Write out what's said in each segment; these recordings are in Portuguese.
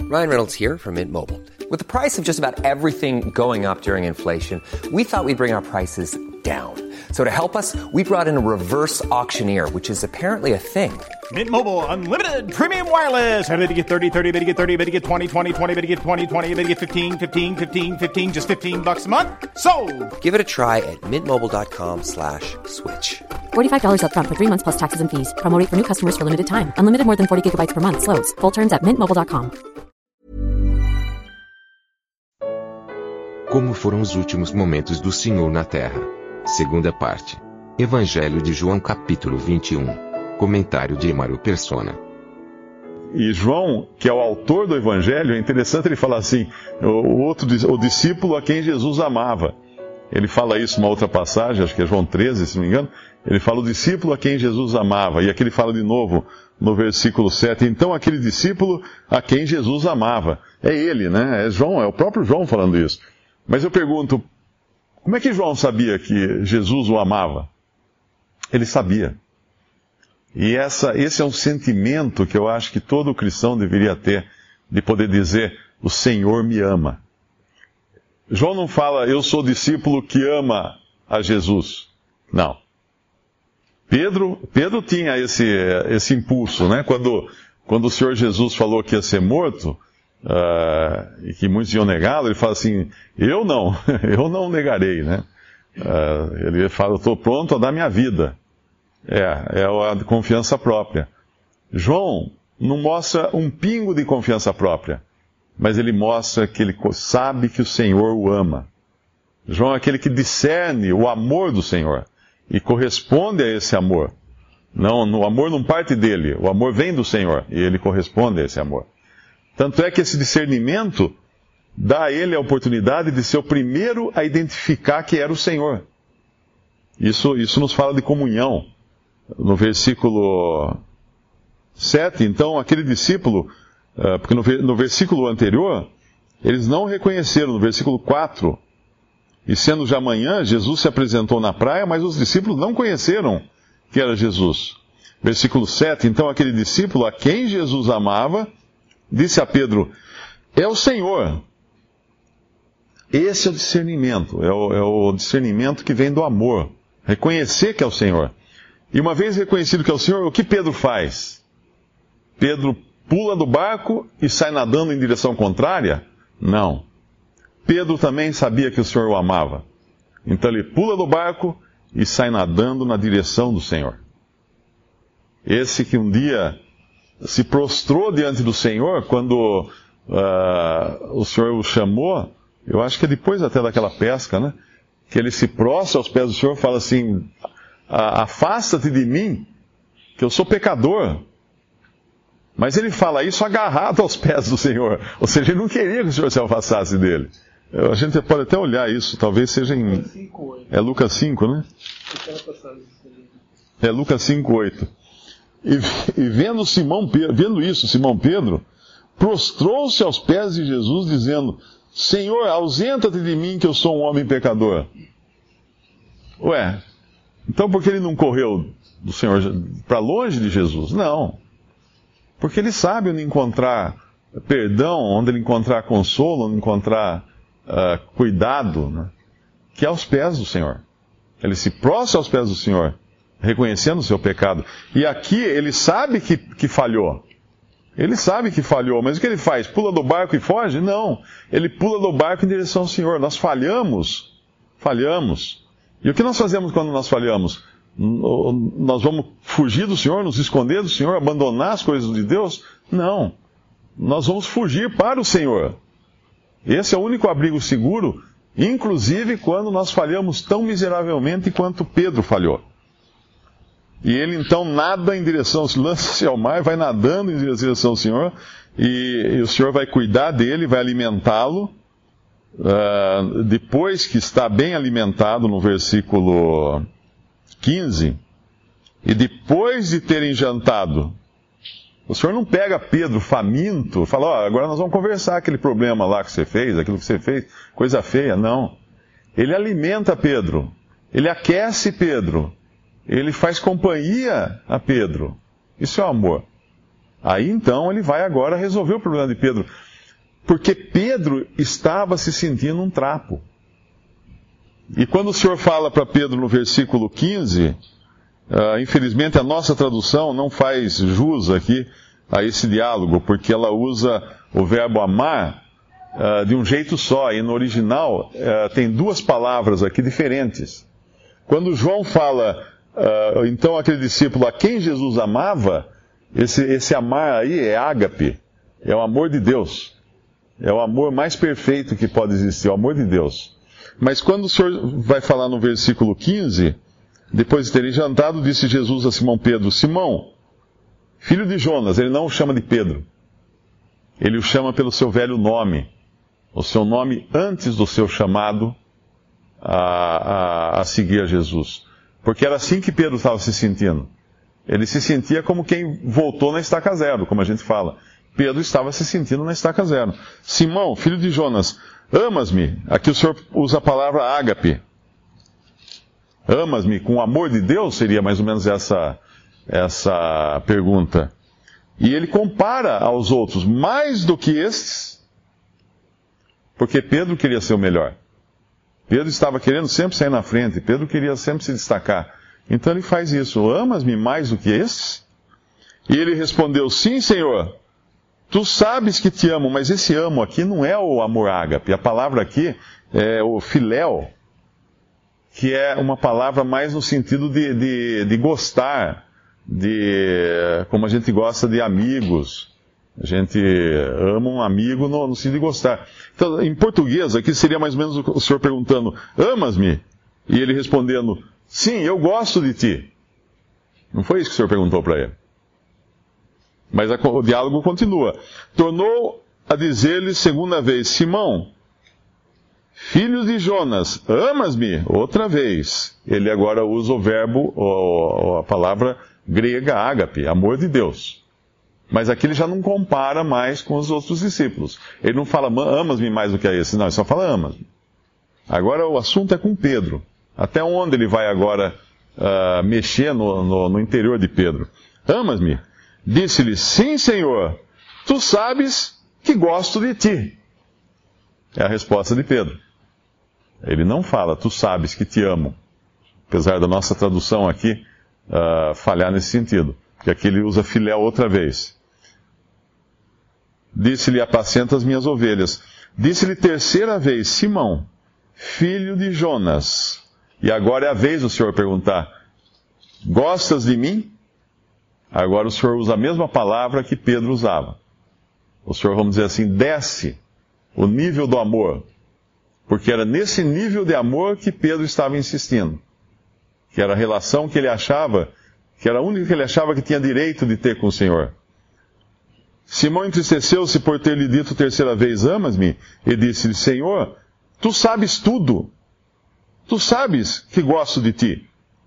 Ryan Reynolds here from Mint Mobile. With the price of just about everything going up during inflation, we thought we'd bring our prices down. So to help us, we brought in a reverse auctioneer, which is apparently a thing. Mint Mobile Unlimited Premium Wireless. How to get 30, 30, how to get 30, how to get 20, 20, 20, how to get 20, 20, how to get 15, 15, 15, 15, just $15 a month? Sold! Give it a try at mintmobile.com/switch. $45 up front for 3 months plus taxes and fees. Promo rate for new customers for limited time. Unlimited more than 40 gigabytes per month. Slows full terms at mintmobile.com. Como foram os últimos momentos do Senhor na Terra? Segunda parte. Evangelho de João capítulo 21. Comentário de Emaro Persona. E João, que é o autor do Evangelho, é interessante ele falar assim, o discípulo a quem Jesus amava. Ele fala isso numa outra passagem, acho que é João 13, se não me engano. Ele fala o discípulo a quem Jesus amava. E aqui ele fala de novo no versículo 7. Então aquele discípulo a quem Jesus amava. É ele, né? É João, é o próprio João falando isso. Mas eu pergunto, como é que João sabia que Jesus o amava? Ele sabia. E esse é um sentimento que eu acho que todo cristão deveria ter, de poder dizer, o Senhor me ama. João não fala, eu sou discípulo que ama a Jesus. Não. Pedro tinha esse impulso, né? Quando o Senhor Jesus falou que ia ser morto, e que muitos iam negá-lo, ele fala assim, eu não negarei, né? Ele fala, eu estou pronto a dar minha vida. É a confiança própria. João não mostra um pingo de confiança própria, mas ele mostra que ele sabe que o Senhor o ama. João é aquele que discerne o amor do Senhor e corresponde a esse amor. O amor não parte dele, o amor vem do Senhor e ele corresponde a esse amor. Tanto é que esse discernimento dá a ele a oportunidade de ser o primeiro a identificar que era o Senhor. Isso nos fala de comunhão. No versículo 7, então, aquele discípulo, porque no versículo anterior, eles não reconheceram, no versículo 4, e sendo já manhã, Jesus se apresentou na praia, mas os discípulos não conheceram que era Jesus. Versículo 7, então, aquele discípulo a quem Jesus amava, disse a Pedro, é o Senhor. Esse é o discernimento, é o discernimento que vem do amor. Reconhecer que é o Senhor. E uma vez reconhecido que é o Senhor, o que Pedro faz? Pedro pula do barco e sai nadando em direção contrária? Não. Pedro também sabia que o Senhor o amava. Então ele pula do barco e sai nadando na direção do Senhor. Esse que um dia se prostrou diante do Senhor, quando o Senhor o chamou, eu acho que é depois até daquela pesca, né? Que ele se prostra aos pés do Senhor e fala assim, afasta-te de mim, que eu sou pecador. Mas ele fala isso agarrado aos pés do Senhor. Ou seja, ele não queria que o Senhor se afastasse dele. A gente pode até olhar isso, talvez seja em... É Lucas 5, né? É Lucas 5, 8. E vendo Simão Pedro prostrou-se aos pés de Jesus, dizendo, Senhor, ausenta-te de mim, que eu sou um homem pecador. Ué, então por que ele não correu do Senhor para longe de Jesus? Não. Porque ele sabe onde encontrar perdão, onde ele encontrar consolo, onde encontrar cuidado, né? Que é aos pés do Senhor. Ele se prostra aos pés do Senhor, reconhecendo o seu pecado. E aqui ele sabe que falhou. Ele sabe que falhou, mas o que ele faz? Pula do barco e foge? Não. Ele pula do barco em direção ao Senhor. Nós falhamos. E o que nós fazemos quando nós falhamos? Nós vamos fugir do Senhor, nos esconder do Senhor, abandonar as coisas de Deus? Não. Nós vamos fugir para o Senhor. Esse é o único abrigo seguro, inclusive quando nós falhamos tão miseravelmente quanto Pedro falhou. E ele então nada em direção, lança-se ao mar, vai nadando em direção ao Senhor, e o Senhor vai cuidar dele, vai alimentá-lo. Depois que está bem alimentado, no versículo 15, e depois de terem jantado, o Senhor não pega Pedro faminto e fala, agora nós vamos conversar aquele problema lá que você fez, aquilo que você fez, coisa feia. Não. Ele alimenta Pedro, ele aquece Pedro, ele faz companhia a Pedro. Isso é o amor. Aí então ele vai agora resolver o problema de Pedro. Porque Pedro estava se sentindo um trapo. E quando o Senhor fala para Pedro no versículo 15, infelizmente a nossa tradução não faz jus aqui a esse diálogo, porque ela usa o verbo amar de um jeito só, e no original tem duas palavras aqui diferentes. Quando João fala, então aquele discípulo a quem Jesus amava, esse amar aí é ágape, é o amor de Deus. É o amor mais perfeito que pode existir, o amor de Deus. Mas quando o Senhor vai falar no versículo 15, depois de terem jantado, disse Jesus a Simão Pedro, Simão, filho de Jonas, ele não o chama de Pedro. Ele o chama pelo seu velho nome, o seu nome antes do seu chamado a seguir a Jesus. Porque era assim que Pedro estava se sentindo. Ele se sentia como quem voltou na estaca zero, como a gente fala. Pedro estava se sentindo na estaca zero. Simão, filho de Jonas, amas-me? Aqui o Senhor usa a palavra ágape. Amas-me com o amor de Deus? Seria mais ou menos essa pergunta. E ele compara aos outros, mais do que estes, porque Pedro queria ser o melhor. Pedro estava querendo sempre sair na frente, Pedro queria sempre se destacar. Então ele faz isso, amas-me mais do que estes? E ele respondeu, sim, Senhor, tu sabes que te amo, mas esse amo aqui não é o amor ágape, a palavra aqui é o filéu, que é uma palavra mais no sentido de gostar, como a gente gosta de amigos. A gente ama um amigo no sentido de gostar. Então, em português, aqui seria mais ou menos o Senhor perguntando, amas-me? E ele respondendo, sim, eu gosto de ti. Não foi isso que o Senhor perguntou para ele. Mas o diálogo continua. Tornou a dizer-lhe segunda vez, Simão, filho de Jonas, amas-me? Outra vez. Ele agora usa o verbo, a palavra grega ágape, amor de Deus. Mas aqui ele já não compara mais com os outros discípulos. Ele não fala, amas-me mais do que a esse. Não, ele só fala, amas-me. Agora o assunto é com Pedro. Até onde ele vai agora mexer no interior de Pedro? Amas-me? Disse-lhe, sim, Senhor, tu sabes que gosto de ti. É a resposta de Pedro. Ele não fala, tu sabes que te amo. Apesar da nossa tradução aqui falhar nesse sentido. Porque aqui ele usa filé outra vez. Disse-lhe, apacenta as minhas ovelhas. Disse-lhe terceira vez, Simão, filho de Jonas. E agora é a vez do Senhor perguntar, gostas de mim? Agora o Senhor usa a mesma palavra que Pedro usava. O Senhor, vamos dizer assim, desce o nível do amor. Porque era nesse nível de amor que Pedro estava insistindo. Que era a relação que ele achava, que era a única que ele achava que tinha direito de ter com o Senhor. Simão entristeceu-se por ter lhe dito terceira vez, amas-me? E disse-lhe, Senhor, tu sabes tudo. Tu sabes que gosto de ti.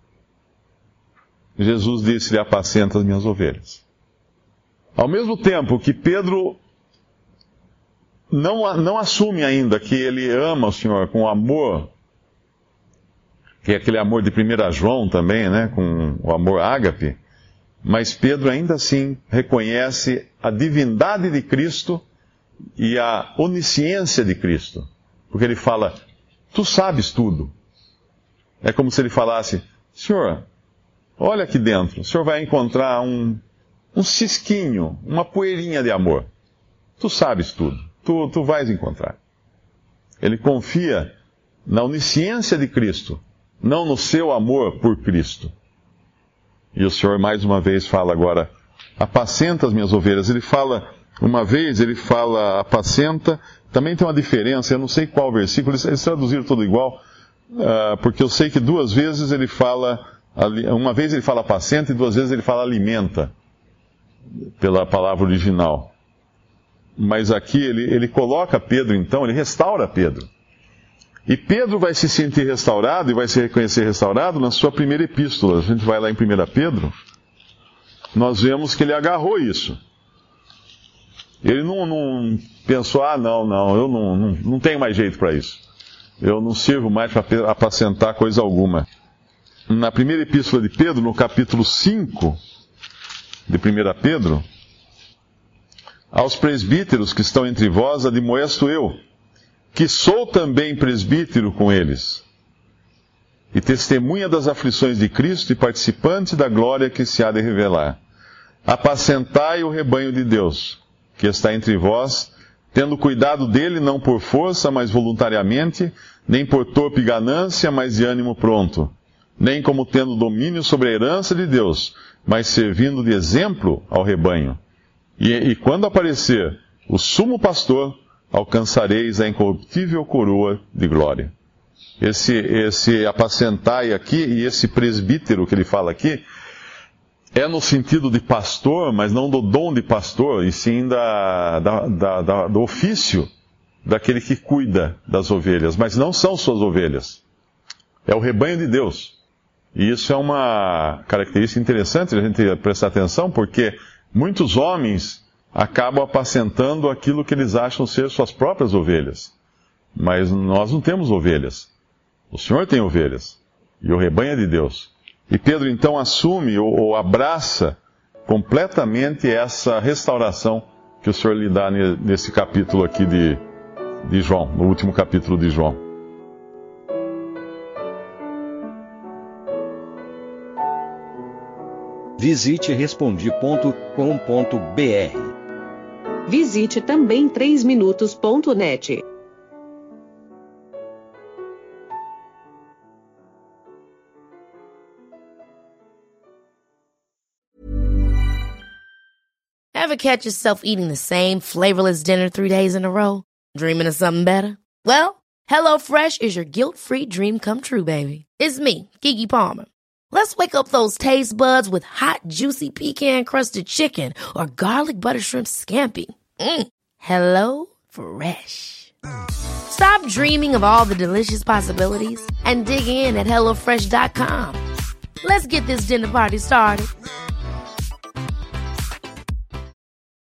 Jesus disse-lhe, apacenta as minhas ovelhas. Ao mesmo tempo que Pedro não assume ainda que ele ama o Senhor com amor, que é aquele amor de 1 João também, né, com o amor ágape, mas Pedro ainda assim reconhece a divindade de Cristo e a onisciência de Cristo. Porque ele fala, tu sabes tudo. É como se ele falasse, Senhor, olha aqui dentro, o Senhor vai encontrar um cisquinho, uma poeirinha de amor. Tu sabes tudo, tu vais encontrar. Ele confia na onisciência de Cristo, não no seu amor por Cristo. E o Senhor mais uma vez fala agora, apacenta as minhas ovelhas. Ele fala, uma vez ele fala apacenta, também tem uma diferença, eu não sei qual versículo, eles traduziram tudo igual, porque eu sei que duas vezes ele fala, uma vez ele fala apacenta e duas vezes ele fala alimenta, pela palavra original. Mas aqui ele coloca Pedro então, ele restaura Pedro. E Pedro vai se sentir restaurado e vai se reconhecer restaurado na sua primeira epístola. A gente vai lá em 1 Pedro, nós vemos que ele agarrou isso. Ele não pensou, eu não tenho mais jeito para isso. Eu não sirvo mais para apacentar coisa alguma. Na primeira epístola de Pedro, no capítulo 5 de 1 Pedro, Aos presbíteros que estão entre vós admoesto eu, que sou também presbítero com eles, e testemunha das aflições de Cristo e participante da glória que se há de revelar. Apacentai o rebanho de Deus, que está entre vós, tendo cuidado dele não por força, mas voluntariamente, nem por torpe ganância, mas de ânimo pronto, nem como tendo domínio sobre a herança de Deus, mas servindo de exemplo ao rebanho. E quando aparecer o sumo pastor, alcançareis a incorruptível coroa de glória. Esse apacentai aqui, e esse presbítero que ele fala aqui, é no sentido de pastor, mas não do dom de pastor, e sim do ofício daquele que cuida das ovelhas, mas não são suas ovelhas. É o rebanho de Deus. E isso é uma característica interessante de a gente prestar atenção, porque muitos homens acabam apacentando aquilo que eles acham ser suas próprias ovelhas. Mas nós não temos ovelhas. O Senhor tem ovelhas. E o rebanho é de Deus. E Pedro então assume ou abraça completamente essa restauração que o Senhor lhe dá nesse capítulo aqui de João, no último capítulo de João. Visite Respondi.com.br. Visite também 3minutos.net. Ever catch yourself eating the same flavorless dinner 3 days in a row? Dreaming of something better? Well, HelloFresh is your guilt-free dream come true, baby. It's me, Keke Palmer. Let's wake up those taste buds with hot, juicy pecan-crusted chicken or garlic butter shrimp scampi. Hello Fresh. Stop dreaming of all the delicious possibilities and dig in at HelloFresh.com. Let's get this dinner party started.